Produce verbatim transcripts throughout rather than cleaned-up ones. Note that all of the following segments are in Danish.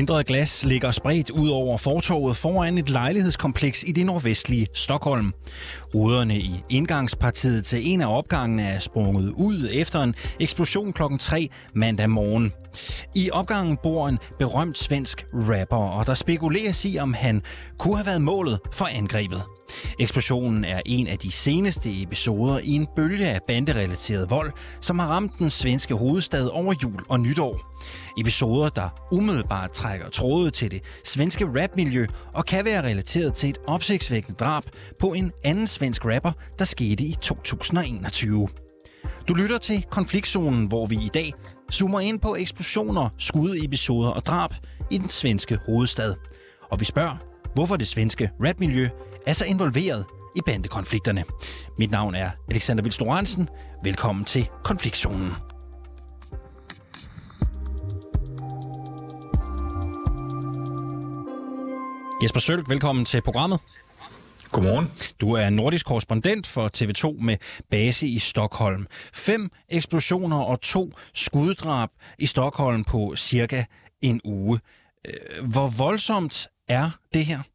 Splintret glas ligger spredt ud over fortovet foran et lejlighedskompleks i det nordvestlige Stockholm. Ruderne i indgangspartiet til en af opgangene er sprunget ud efter en eksplosion klokken tre mandag morgen. I opgangen bor en berømt svensk rapper, og der spekuleres i, om han kunne have været målet for angrebet. Eksplosionen er en af de seneste episoder i en bølge af banderelateret vold, som har ramt den svenske hovedstad over jul og nytår. Episoder, der umiddelbart trækker tråde til det svenske rapmiljø og kan være relateret til et opsigtsvækkende drab på en anden svensk rapper, der skete i to tusind og enogtyve. Du lytter til Konfliktzonen, hvor vi i dag zoomer ind på eksplosioner, skudepisoder og drab i den svenske hovedstad. Og vi spørger, hvorfor det svenske rapmiljø er så involveret i bandekonflikterne. Mit navn er Alexander Vilds Lorentzen. Velkommen til Konfliktzonen. Jesper Sølk, velkommen til programmet. Godmorgen. Du er nordisk korrespondent for T V to med base i Stockholm. Fem eksplosioner og to skuddrab i Stockholm på cirka en uge. Hvor voldsomt er det her?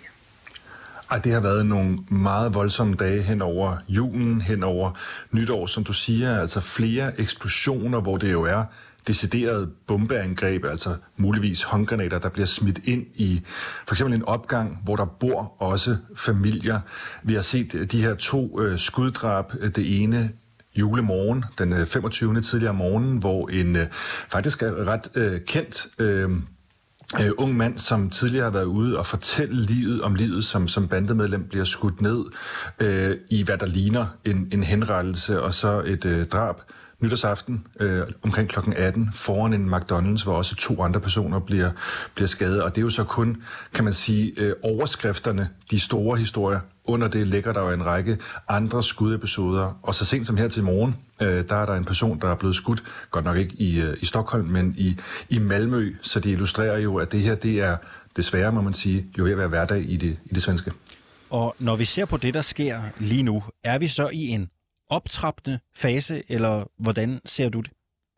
Ej, det har været nogle meget voldsomme dage hen over julen, hen over nytår, som du siger. Altså flere eksplosioner, hvor det jo er decideret bombeangreb, altså muligvis håndgranater, der bliver smidt ind i for eksempel en opgang, hvor der bor også familier. Vi har set de her to øh, skuddrab. Det ene julemorgen, den femogtyvende tidligere morgen, hvor en øh, faktisk er ret øh, kendt øh, Uh, ung mand, som tidligere har været ude og fortælle livet om livet som, som bandemedlem, bliver skudt ned uh, i hvad der ligner en, en henrettelse og så et uh, drab nytårsaften uh, omkring klokken atten foran en McDonald's, hvor også to andre personer bliver, bliver skadet. Og det er jo så kun, kan man sige, uh, overskrifterne, de store historier. Under det ligger der jo en række andre skudepisoder, og så sent som her til morgen, øh, der er der en person, der er blevet skudt, godt nok ikke i, øh, i Stockholm, men i, i Malmø, så det illustrerer jo, at det her, det er desværre, må man sige, jo ved at være hverdag i det, i det svenske. Og når vi ser på det, der sker lige nu, er vi så i en optrappende fase, eller hvordan ser du det?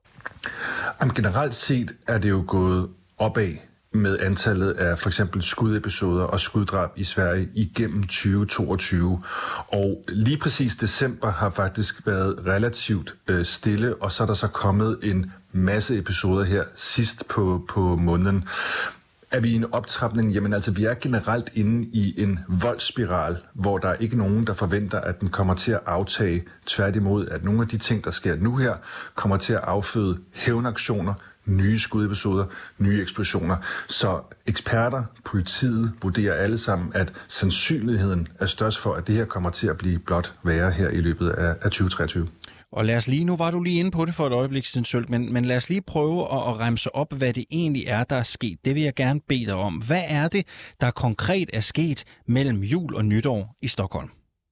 Jamen, generelt set er det jo gået opad med antallet af for eksempel skudepisoder og skuddrab i Sverige igennem tyve toogtyve. Og lige præcis december har faktisk været relativt øh, stille, og så er der så kommet en masse episoder her sidst på, på måneden. Er vi i en optrapning? Jamen altså, vi er generelt inde i en voldsspiral, hvor der er ikke nogen, der forventer, at den kommer til at aftage. Tværtimod, at nogle af de ting, der sker nu her, kommer til at afføde hævnaktioner, nye skudepisoder, nye eksplosioner. Så eksperter, politiet vurderer alle sammen, at sandsynligheden er størst for, at det her kommer til at blive blot værre her i løbet af, af tyve treogtyve. Og lad os lige, nu var du lige inde på det for et øjeblik siden, Sølk, men, men lad os lige prøve at, at remse op, hvad det egentlig er, der er sket. Det vil jeg gerne bede dig om. Hvad er det, der konkret er sket mellem jul og nytår i Stockholm?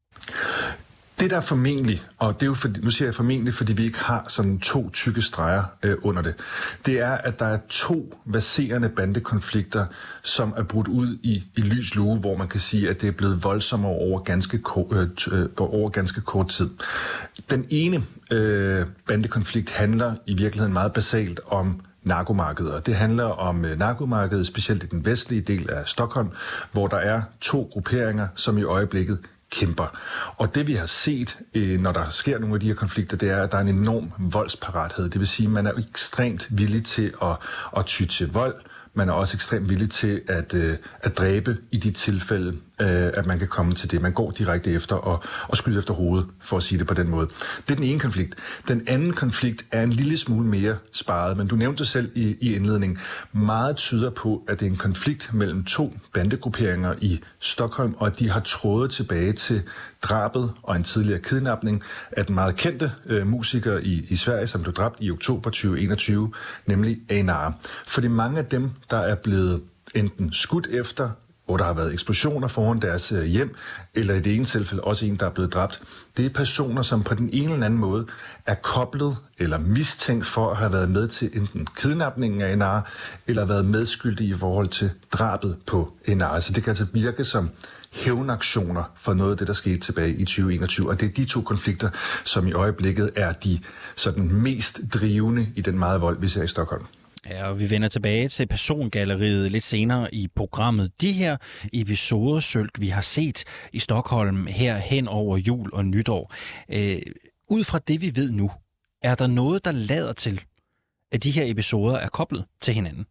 Det der er formentlig, og det er jo for, nu siger jeg formentlig, fordi vi ikke har sådan to tykke streger øh, under det, det er, at der er to verserende bandekonflikter, som er brudt ud i, i lys lue, hvor man kan sige, at det er blevet voldsommere over ganske, ko, øh, over ganske kort tid. Den ene øh, bandekonflikt handler i virkeligheden meget basalt om narkomarkeder. Det handler om øh, narkomarkedet, specielt i den vestlige del af Stockholm, hvor der er to grupperinger, som i øjeblikket kæmper. Og det vi har set, øh, når der sker nogle af de her konflikter, det er, at der er en enorm voldsparathed. Det vil sige, at man er ekstremt villig til at, at ty til vold. Man er også ekstremt villig til at, øh, at dræbe i de tilfælde, øh, at man kan komme til det. Man går direkte efter og, og skyder efter hovedet, for at sige det på den måde. Det er den ene konflikt. Den anden konflikt er en lille smule mere sparet, men du nævnte det selv i, i indledningen. Meget tyder på, at det er en konflikt mellem to bandegrupperinger i Stockholm, og at de har trådet tilbage til drabet og en tidligere kidnapning af den meget kendte øh, musiker i, i Sverige, som blev dræbt i oktober tyve enogtyve, nemlig Einar. Fordi mange af dem, der er blevet enten skudt efter, hvor der har været eksplosioner foran deres hjem, eller i det ene tilfælde også en, der er blevet dræbt. Det er personer, som på den ene eller anden måde er koblet eller mistænkt for at have været med til enten kidnapningen af Einar, eller været medskyldige i forhold til drabet på Einar. Så det kan altså virke som hævnaktioner for noget af det, der skete tilbage i tyve enogtyve. Og det er de to konflikter, som i øjeblikket er de sådan mest drivende i den meget vold, vi ser i Stockholm. Ja, og vi vender tilbage til persongalleriet lidt senere i programmet. De her episoder, Sølk, vi har set i Stockholm her hen over jul og nytår. Øh, ud fra det, vi ved nu, er der noget, der lader til, at de her episoder er koblet til hinanden?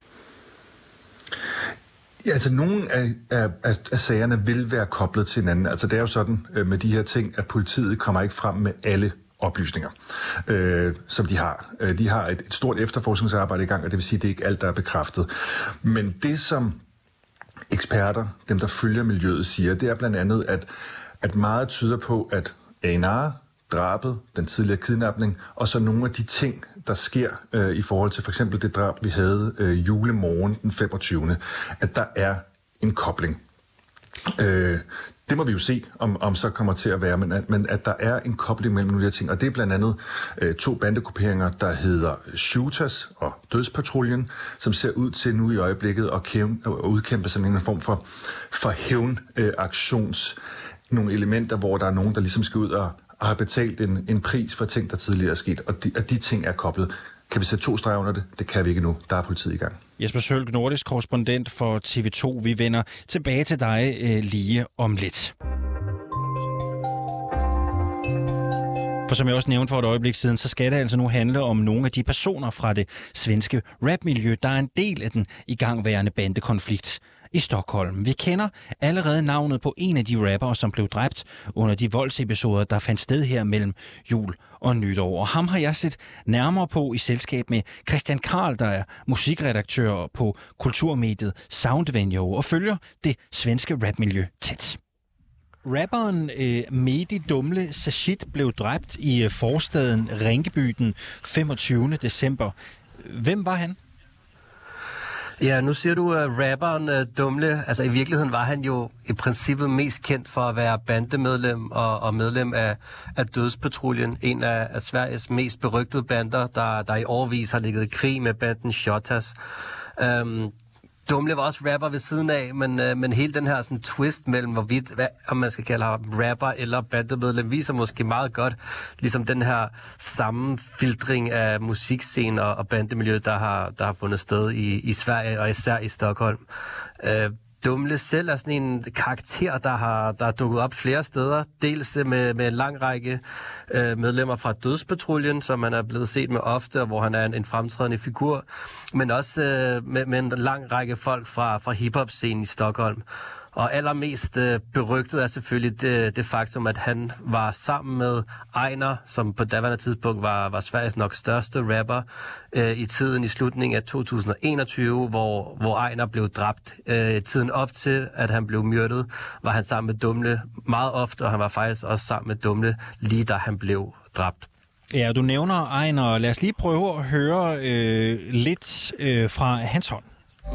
Ja, altså nogle af, af, af sagerne vil være koblet til hinanden. Altså det er jo sådan øh, med de her ting, at politiet kommer ikke frem med alle oplysninger, øh, som de har. Øh, de har et, et stort efterforskningsarbejde i gang, og det vil sige, at det er ikke alt, der er bekræftet. Men det, som eksperter, dem der følger miljøet, siger, det er blandt andet, at, at meget tyder på, at Einar, drabet, den tidligere kidnapning, og så nogle af de ting, der sker øh, i forhold til for eksempel det drab, vi havde øh, julemorgen den femogtyvende at der er en kobling. Øh, det må vi jo se, om, om så kommer til at være, men at, men at der er en kobling mellem nogle af de ting, og det er blandt andet øh, to bandegrupperinger, der hedder Shooters og Dødspatruljen, som ser ud til nu i øjeblikket at, kæm, at udkæmpe sådan en form for, for hævnaktions, øh, nogle elementer, hvor der er nogen, der ligesom skal ud og og har betalt en, en pris for ting, der tidligere er sket, og de, og de ting er koblet. Kan vi sætte to streger under det? Det kan vi ikke nu. Der er politiet i gang. Jesper Sølk, nordisk korrespondent for T V to. Vi vender tilbage til dig øh, lige om lidt. For som jeg også nævnte for et øjeblik siden, så skal det altså nu handle om nogle af de personer fra det svenske rapmiljø, der er en del af den igangværende bandekonflikt i Stockholm. Vi kender allerede navnet på en af de rappere, som blev dræbt under de voldsepisoder, der fandt sted her mellem jul og nytår. Og ham har jeg set nærmere på i selskab med Christian Karl, der er musikredaktør på kulturmediet Soundvenue og følger det svenske rapmiljø tæt. Rapperen øh, Mehdi Dumle Sashid blev dræbt i øh, forstaden Rinkeby den femogtyvende december. Hvem var han? Ja, nu siger du uh, rapperen uh, Dumle. Altså i virkeligheden var han jo i princippet mest kendt for at være bandemedlem og, og medlem af, af Dødspatruljen. En af, af Sveriges mest berygtede bander, der, der i årevis har ligget i krig med banden Shottaz. Um, Dumle var også rapper ved siden af, men, øh, men hele den her sådan, twist mellem, hvorvidt, hvad, om man skal kalde ham rapper eller bandemedlem, viser måske meget godt, ligesom den her sammenfiltring af musikscenen og, og bandemiljø, der har, der har fundet sted i, i Sverige og især i Stockholm. Øh, Dumle selv er sådan en karakter, der har, der er dukket op flere steder. Dels med, med en lang række øh, medlemmer fra Dødspatruljen, som man er blevet set med ofte, og hvor han er en, en fremtrædende figur. Men også øh, med, med en lang række folk fra, fra hiphop-scenen i Stockholm. Og allermest øh, berygtet er selvfølgelig det, det faktum, at han var sammen med Einar, som på daværende tidspunkt var, var Sveriges nok største rapper, øh, i tiden i slutningen af to tusind og enogtyve, hvor, hvor Einar blev dræbt. Øh, tiden op til, at han blev myrdet, var han sammen med Dumle meget ofte, og han var faktisk også sammen med Dumle, lige da han blev dræbt. Ja, du nævner Einar. Lad os lige prøve at høre øh, lidt øh, fra hans hånd.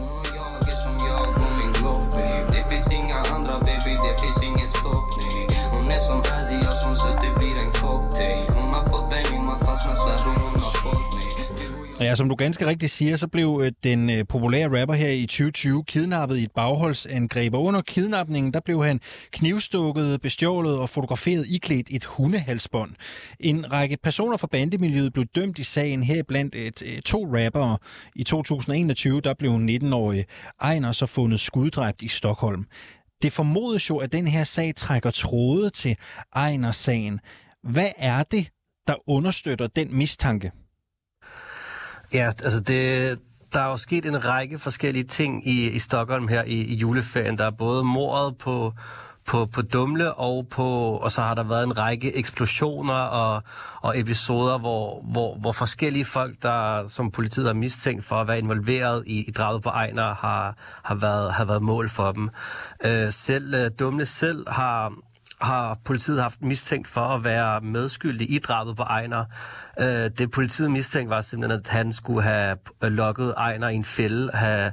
Det finns inga andra baby, det finns inget stopp, nej. Hon är som Asia som så det blir en cocktail. Hon har fått den i mat fast med svärd och hon har fått mig. Ja, som du ganske rigtigt siger, så blev den populære rapper her i tyve tyve kidnappet i et bagholdsangreb. Og under kidnapningen, der blev han knivstukket, bestjålet og fotograferet iklædt et hundehalsbånd. En række personer fra bandemiljøet blev dømt i sagen, her blandt et, to rappere. I to tusind og enogtyve, der blev nitten-årige Einar så fundet skuddræbt i Stockholm. Det formodes jo, at den her sag trækker tråde til Einar-sagen. Hvad er det, der understøtter den mistanke? Ja, altså det, der er jo sket en række forskellige ting i, i Stockholm her i, i juleferien. Der er både mordet på, på, på Dumle, og, på, og så har der været en række eksplosioner og, og episoder, hvor, hvor, hvor forskellige folk, der som politiet har mistænkt for at være involveret i, i drabet på Einar, har, har, været, har været mål for dem. Øh, selv øh, Dumle selv har... har politiet haft mistænkt for at være medskyldig i drabet på Einar. Det politiet mistænkt var simpelthen, at han skulle have lukket Einar i en fælde, have,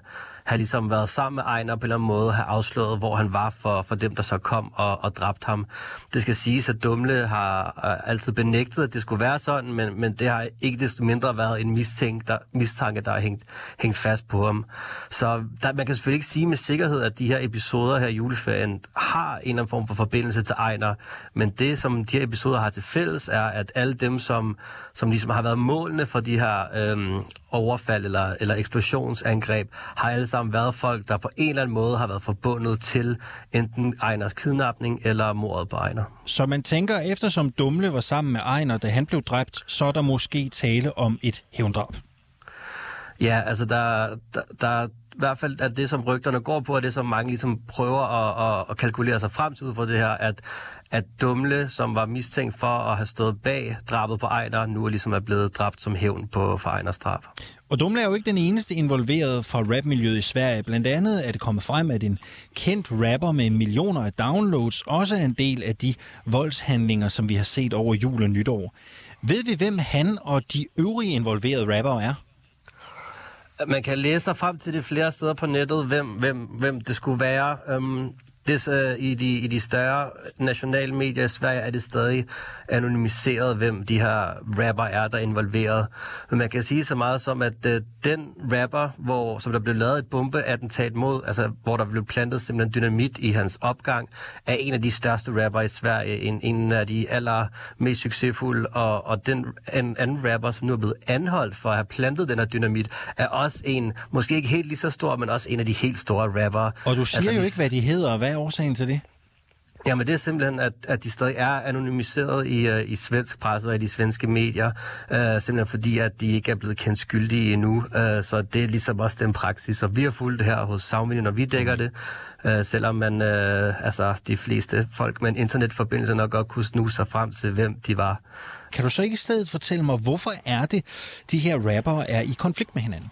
have ligesom været sammen med Einar på en eller anden måde, have afsløret, hvor han var for, for dem, der så kom og, og dræbte ham. Det skal siges, at Dumle har øh, altid benægtet, at det skulle være sådan, men, men det har ikke desto mindre været en mistanke, der, mistanke, der har hængt, hængt fast på ham. Så der, man kan selvfølgelig ikke sige med sikkerhed, at de her episoder her i juleferien har en eller anden form for forbindelse til Einar, men det, som de her episoder har til fælles, er, at alle dem, som, som ligesom har været målene for de her øhm, overfald eller, eller eksplosionsangreb, har alle sammen været folk, der på en eller anden måde har været forbundet til enten Einars kidnapning eller mordet på Einar. Så man tænker, eftersom Dumle var sammen med Einar, da han blev dræbt, så er der måske tale om et hævndrab. Ja, altså der, der, der i hvert fald er det, som rygterne går på, og det, som mange ligesom prøver at, at, at kalkulere sig frem til ud for det her, at, at Dumle, som var mistænkt for at have stået bag drabet på Einar, nu er ligesom er blevet dræbt som hævn på for Einars drab. Og Dumle er jo ikke den eneste involveret fra rapmiljøet i Sverige. Blandt andet er det kommet frem, at en kendt rapper med millioner af downloads også er en del af de voldshandlinger, som vi har set over jul og nytår. Ved vi, hvem han og de øvrige involverede rappere er? Man kan læse sig frem til det flere steder på nettet, hvem, hvem, hvem det skulle være. Um, det, uh, i, de, I de større nationale medier i Sverige er det stadig anonymiseret, hvem de her rapper er, der er involveret. Men man kan sige så meget som, at uh, den rapper, hvor, som der blev lavet et bombeattentat mod, altså hvor der blev plantet simpelthen dynamit i hans opgang, er en af de største rapper i Sverige, en, en af de allermest succesfulde, og, og den en anden rapper, som nu er blevet anholdt for at have plantet den her dynamit, er også en, måske ikke helt lige så stor, men også en af de helt store rappere. Og du siger altså, jo ikke, hvad de hedder, og hvad er årsagen til det? Jamen det er simpelthen, at, at de stadig er anonymiseret i, uh, i svensk presse og i de svenske medier, uh, simpelthen fordi, at de ikke er blevet kendt skyldige endnu. Uh, så det er ligesom også den praksis, og vi har fulgt det her hos Sagmedia, når vi dækker det, uh, selvom man, uh, altså de fleste folk med en internetforbindelse nok godt kunne snuse sig frem til, hvem de var. Kan du så ikke i stedet fortælle mig, hvorfor er det, de her rappere er i konflikt med hinanden?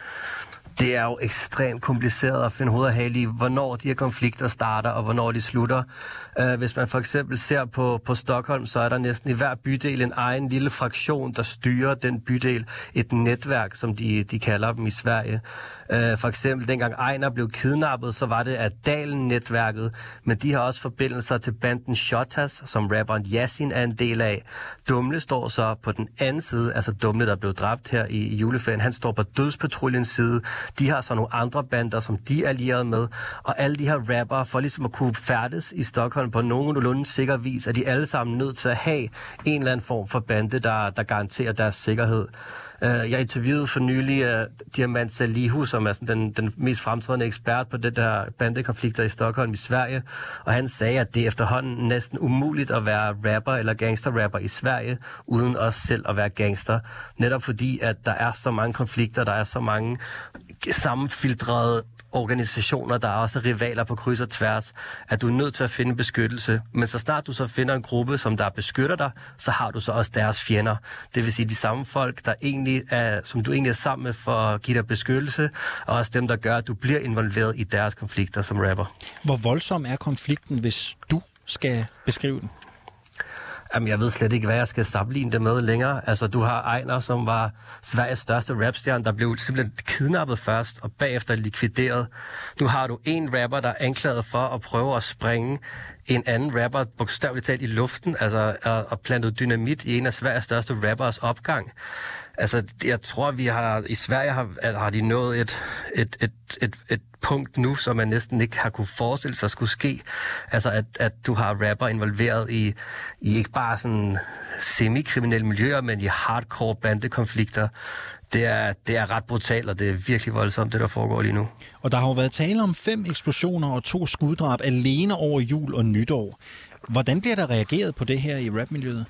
Det er jo ekstremt kompliceret at finde hoved og hale i, hvornår de her konflikter starter, og hvornår de slutter. Uh, hvis man for eksempel ser på, på Stockholm, så er der næsten i hver bydel en egen lille fraktion, der styrer den bydel. Et netværk, som de, de kalder dem i Sverige. Uh, for eksempel, dengang Einar blev kidnappet, så var det af Dalen-netværket, men de har også forbindelser til banden Shottaz, som rapperen Yasin er en del af. Dumle står så på den anden side, altså Dumle, der blev dræbt her i, i juleferien, han står på Dødspatruljens side. De har så nogle andre bander, som de er allieret med, og alle de her rappere, for ligesom at kunne færdes i Stockholm på nogenlunde sikker vis, er de alle sammen nødt til at have en eller anden form for bande, der, der garanterer deres sikkerhed. Jeg interviewede for nylig uh, Diamant Salihu, som er sådan den, den mest fremtrædende ekspert på det der bandekonflikter i Stockholm i Sverige, og han sagde, at det er efterhånden næsten umuligt at være rapper eller gangsterrapper i Sverige, uden også selv at være gangster. Netop fordi, at der er så mange konflikter, der er så mange sammenfiltrede organisationer, der er også rivaler på kryds og tværs, at du er nødt til at finde beskyttelse. Men så snart du så finder en gruppe, som der beskytter dig, så har du så også deres fjender. Det vil sige de samme folk, der egentlig er, som du egentlig er sammen med for at give dig beskyttelse, og også dem, der gør, at du bliver involveret i deres konflikter som rapper. Hvor voldsom er konflikten, hvis du skal beskrive den? Jamen, jeg ved slet ikke, hvad jeg skal sammenligne det med længere. Altså, du har Einar, som var Sveriges største rapstjerne, der blev simpelthen kidnappet først, og bagefter likvideret. Nu har du en rapper, der er anklaget for at prøve at springe en anden rapper, bogstaveligt talt i luften, altså og plantet dynamit i en af Sveriges største rappers opgang. Altså, jeg tror, vi har i Sverige har, har de nået et, et, et, et, et punkt nu, som man næsten ikke har kunne forestille sig skulle ske. Altså, at, at du har rapper involveret i, i ikke bare sådan semi-kriminelle miljøer, men i hardcore bandekonflikter. Det er, det er ret brutalt, og det er virkelig voldsomt, det der foregår lige nu. Og der har jo været tale om fem eksplosioner og to skuddrab alene over jul og nytår. Hvordan bliver der reageret på det her i rapmiljøet?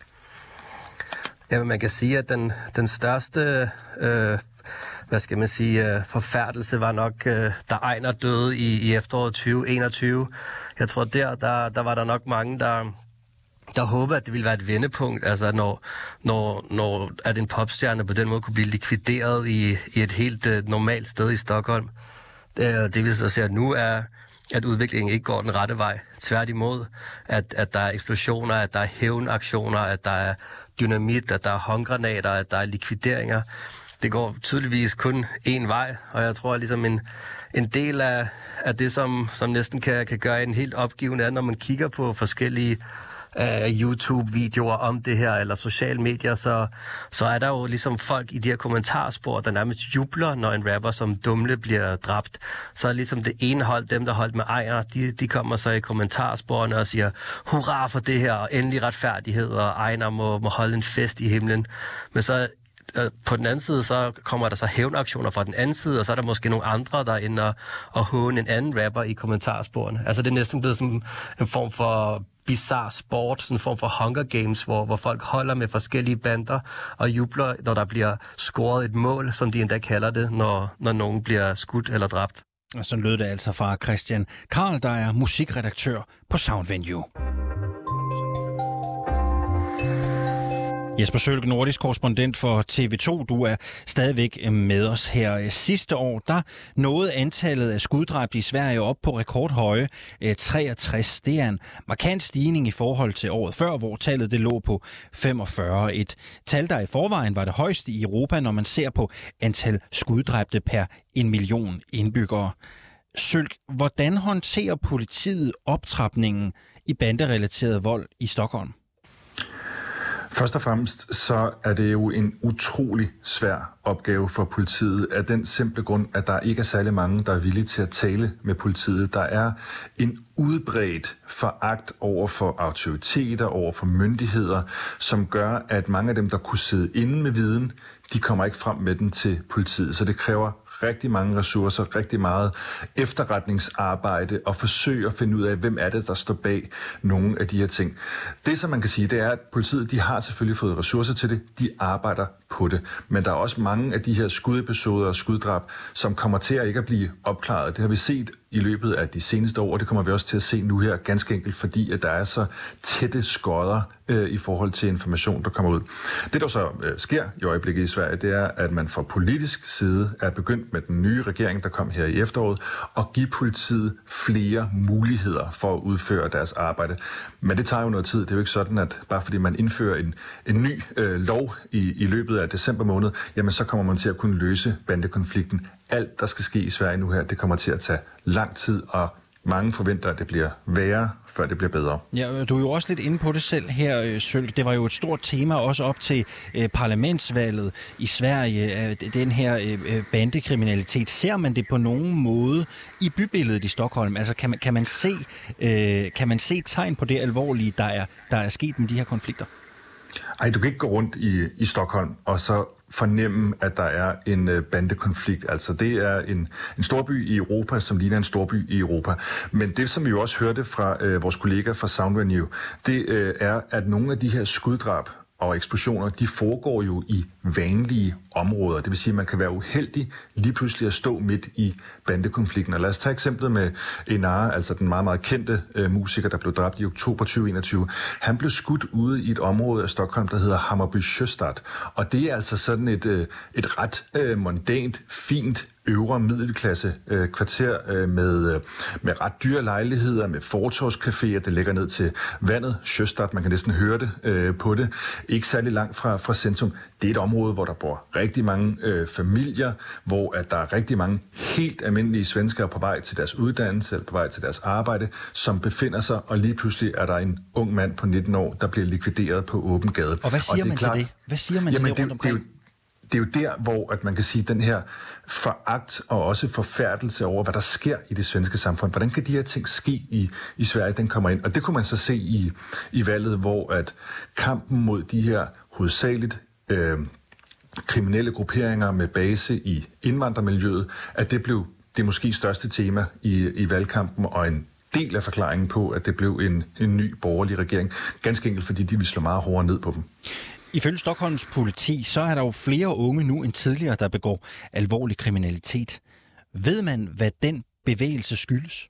Jamen, man kan sige, at den, den største, øh, hvad skal man sige, øh, forfærdelse var nok, øh, da Einar døde i, i efteråret tyve enogtyve. Jeg tror, der, der, der var der nok mange, der, der håbede, at det ville være et vendepunkt. Altså, når, når, når at en popstjerne på den måde kunne blive likvideret i, i et helt øh, normalt sted i Stockholm. Det, det vil så sige, at nu er at udviklingen ikke går den rette vej. Tværtimod, at, at der er eksplosioner, at der er hævnaktioner, at der er dynamit, at der er håndgranater, at der er likvideringer. Det går tydeligvis kun én vej, og jeg tror, at ligesom en, en del af, af det, som, som næsten kan, kan gøre en helt opgivende, er, når man kigger på forskellige uh, YouTube-videoer om det her, eller sociale medier, så, så er der jo ligesom folk i de her kommentarspor, der nærmest jubler, når en rapper som Dumle bliver dræbt. Så er ligesom det ene hold, dem der holdt med Ejner, de, de kommer så i kommentarsporene og siger, hurra for det her, og endelig retfærdighed, og Ejner må, må holde en fest i himlen. Men så på den anden side, så kommer der så hævnaktioner fra den anden side, og så er der måske nogle andre, der er inde og, og håne en anden rapper i kommentarsporene. Altså det er næsten blevet sådan en form for bizarre sport, sådan en form for Hunger Games, hvor, hvor folk holder med forskellige bander og jubler, når der bliver scoret et mål, som de endda kalder det, når, når nogen bliver skudt eller dræbt. Og så lød det altså fra Christian Karl, der er musikredaktør på Soundvenue. Jesper Sølke, nordisk korrespondent for T V to. Du er stadigvæk med os her. Sidste år, der nåede antallet af skuddræbte i Sverige op på rekordhøje treogtres. Det er en markant stigning i forhold til året før, hvor tallet det lå på femogfyrre. Et tal, der i forvejen var det højeste i Europa, når man ser på antal skuddræbte per en million indbyggere. Sølk, hvordan håndterer politiet optrapningen i banderelateret vold i Stockholm? Først og fremmest så er det jo en utrolig svær opgave for politiet af den simple grund, at der ikke er særlig mange, der er villige til at tale med politiet. Der er en udbredt foragt over for autoriteter, over for myndigheder, som gør, at mange af dem, der kunne sidde inde med viden, de kommer ikke frem med den til politiet. Så det kræver rigtig mange ressourcer, rigtig meget efterretningsarbejde og forsøge at finde ud af, hvem er det, der står bag nogle af de her ting. Det, som man kan sige, det er, at politiet de har selvfølgelig fået ressourcer til det. De arbejder på det. Men der er også mange af de her skudepisoder og skuddrab, som kommer til at ikke at blive opklaret. Det har vi set i løbet af de seneste år, og det kommer vi også til at se nu her, ganske enkelt fordi, at der er så tætte skodder øh, i forhold til information, der kommer ud. Det, der så øh, sker i øjeblikket i Sverige, det er, at man fra politisk side er begyndt med den nye regering, der kom her i efteråret, at give politiet flere muligheder for at udføre deres arbejde. Men det tager jo noget tid. Det er jo ikke sådan, at bare fordi man indfører en, en ny øh, lov i, i løbet af december måned, jamen så kommer man til at kunne løse bandekonflikten. Alt, der skal ske i Sverige nu her, det kommer til at tage lang tid, og mange forventer, at det bliver værre, før det bliver bedre. Ja, du er jo også lidt inde på det selv her, Sølke. Det var jo et stort tema også op til øh, parlamentsvalget i Sverige. Øh, den her øh, bandekriminalitet. Ser man det på nogen måde i bybilledet i Stockholm? Altså kan man, kan man, se, øh, kan man se tegn på det alvorlige, der er, der er sket med de her konflikter? Ej, du kan ikke gå rundt i, i Stockholm og så fornemme, at der er en øh, bandekonflikt. Altså det er en, en storby i Europa, som ligner en storby i Europa. Men det, som vi jo også hørte fra øh, vores kolleger fra Soundvenue, det øh, er, at nogle af de her skuddrab og eksplosioner, de foregår jo i vanlige områder. Det vil sige, at man kan være uheldig lige pludselig at stå midt i bandekonflikten. Og lad os tage eksemplet med Enara, altså den meget, meget kendte øh, musiker, der blev dræbt i oktober tyve enogtyve. Han blev skudt ude i et område af Stockholm, der hedder Hammarby Sjöstad. Og det er altså sådan et, øh, et ret øh, mondant, fint øvre middelklasse øh, kvarter øh, med, øh, med ret dyre lejligheder, med fortovscaféer, det ligger ned til vandet, Sjöstad, man kan næsten høre det øh, på det, ikke særlig langt fra, fra centrum. Det er et område, hvor der bor rigtig mange øh, familier, hvor at der er rigtig mange helt almindelige svenskere på vej til deres uddannelse, eller på vej til deres arbejde, som befinder sig, og lige pludselig er der en ung mand på nitten år, der bliver likvideret på åben gade. Og hvad siger og man klart, til det? Hvad siger man jamen, til det rundt omkring? Det, det, det er jo der, hvor at man kan sige, den her foragt og også forfærdelse over, hvad der sker i det svenske samfund. Hvordan kan de her ting ske i, i Sverige, den kommer ind? Og det kunne man så se i, i valget, hvor at kampen mod de her hovedsageligt øh, kriminelle grupperinger med base i indvandrermiljøet, at det blev det måske største tema i, i valgkampen, og en del af forklaringen på, at det blev en, en ny borgerlig regering. Ganske enkelt, fordi de ville slå meget hårdere ned på dem. Ifølge Stockholms politi, så er der jo flere unge nu end tidligere, der begår alvorlig kriminalitet. Ved man, hvad den bevægelse skyldes?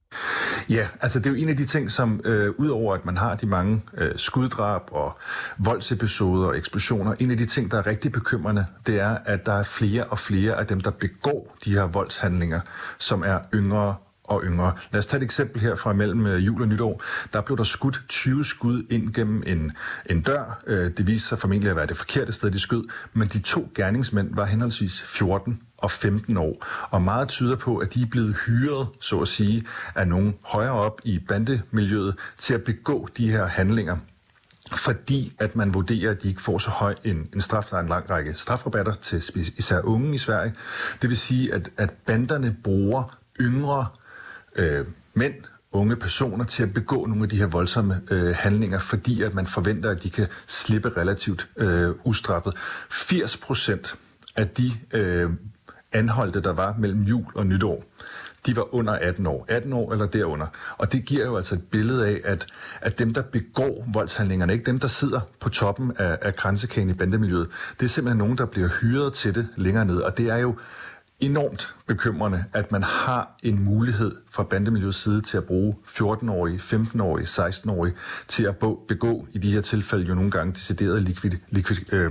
Ja, altså det er jo en af de ting, som øh, udover at man har de mange øh, skuddrab og voldsepisoder og eksplosioner, en af de ting, der er rigtig bekymrende, det er, at der er flere og flere af dem, der begår de her voldshandlinger, som er yngre og yngre. Lad os tage et eksempel her fra mellem jul og nytår. Der blev der skudt tyve skud ind gennem en, en dør. Det viste sig formentlig at være det forkerte sted, de skød, men de to gerningsmænd var henholdsvis fjorten og femten år. Og meget tyder på, at de er blevet hyret, så at sige, af nogen højere op i bandemiljøet til at begå de her handlinger, fordi at man vurderer, at de ikke får så høj en, en straf. Der er en lang række strafrabatter til især unge i Sverige. Det vil sige, at, at banderne bruger yngre øh, mænd, unge personer til at begå nogle af de her voldsomme øh, handlinger, fordi at man forventer, at de kan slippe relativt øh, ustraffet. firs procent af de øh, anholdte, der var mellem jul og nytår, de var under atten år. atten år eller derunder. Og det giver jo altså et billede af, at, at dem, der begår voldshandlingerne, ikke dem, der sidder på toppen af, af kransekagen i bandemiljøet, det er simpelthen nogen, der bliver hyret til det længere ned. Og det er jo enormt bekymrende, at man har en mulighed fra bandemiljøets side til at bruge fjorten-årige, femten-årige, seksten-årige til at begå i de her tilfælde jo nogle gange decideret likvid, likvid, øh,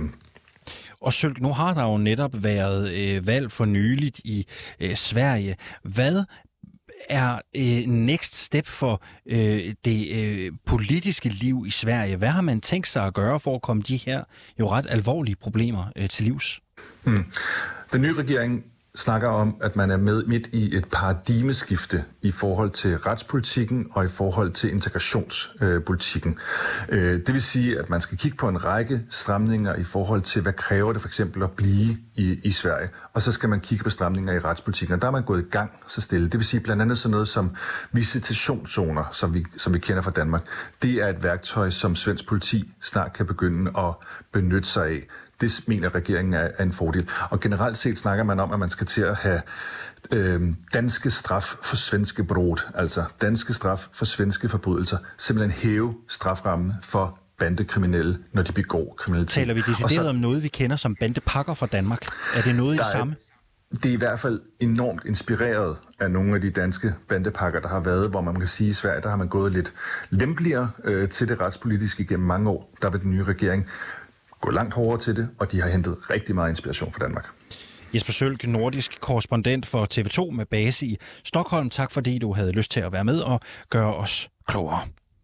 Og Sølk, nu har der jo netop været øh, valg for nyligt i øh, Sverige. Hvad er øh, next step for øh, det øh, politiske liv i Sverige? Hvad har man tænkt sig at gøre for at komme de her jo ret alvorlige problemer øh, til livs? Hmm. Den nye regering snakker om, at man er med midt i et paradigmeskifte i forhold til retspolitikken og i forhold til integrationspolitikken. Øh, det vil sige, at man skal kigge på en række stramninger i forhold til, hvad kræver det for eksempel at blive i, i Sverige. Og så skal man kigge på stramninger i retspolitikken. Og der er man gået i gang så stille. Det vil sige blandt andet sådan noget som visitationszoner, som vi, som vi kender fra Danmark. Det er et værktøj, som svensk politi snart kan begynde at benytte sig af. Det mener regeringen er en fordel. Og generelt set snakker man om, at man skal til at have øh, danske straf for svenske brud, altså danske straf for svenske forbrydelser. Simpelthen hæve straframmen for bandekriminelle, når de begår kriminalitet. Taler vi decideret om noget, vi kender som bandepakker fra Danmark? Er det noget i det samme? Det er i hvert fald enormt inspireret af nogle af de danske bandepakker, der har været, hvor man kan sige, at i Sverige der har man gået lidt lempeligere øh, til det retspolitiske gennem mange år. Der vil den nye regering gå langt hårdere til det, og de har hentet rigtig meget inspiration fra Danmark. Jesper Sølk, nordisk korrespondent for T V to med base i Stockholm. Tak fordi du havde lyst til at være med og gøre os klogere.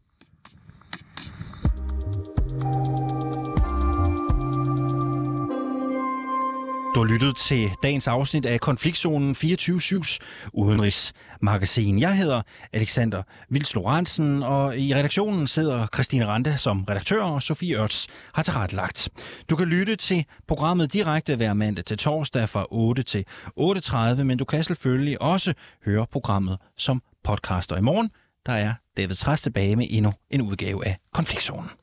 Du har lyttet til dagens afsnit af Konfliktzonen fireogtyve syvs udenrigsmagasin. Jeg hedder Alexander Vils Lorentzen, og i redaktionen sidder Christine Rande som redaktør, og Sofie Ørts har tilrettelagt. Du kan lytte til programmet direkte hver mandag til torsdag fra otte til otte tredive, men du kan selvfølgelig også høre programmet som podcast. Og i morgen der er David Træs tilbage med endnu en udgave af Konfliktzonen.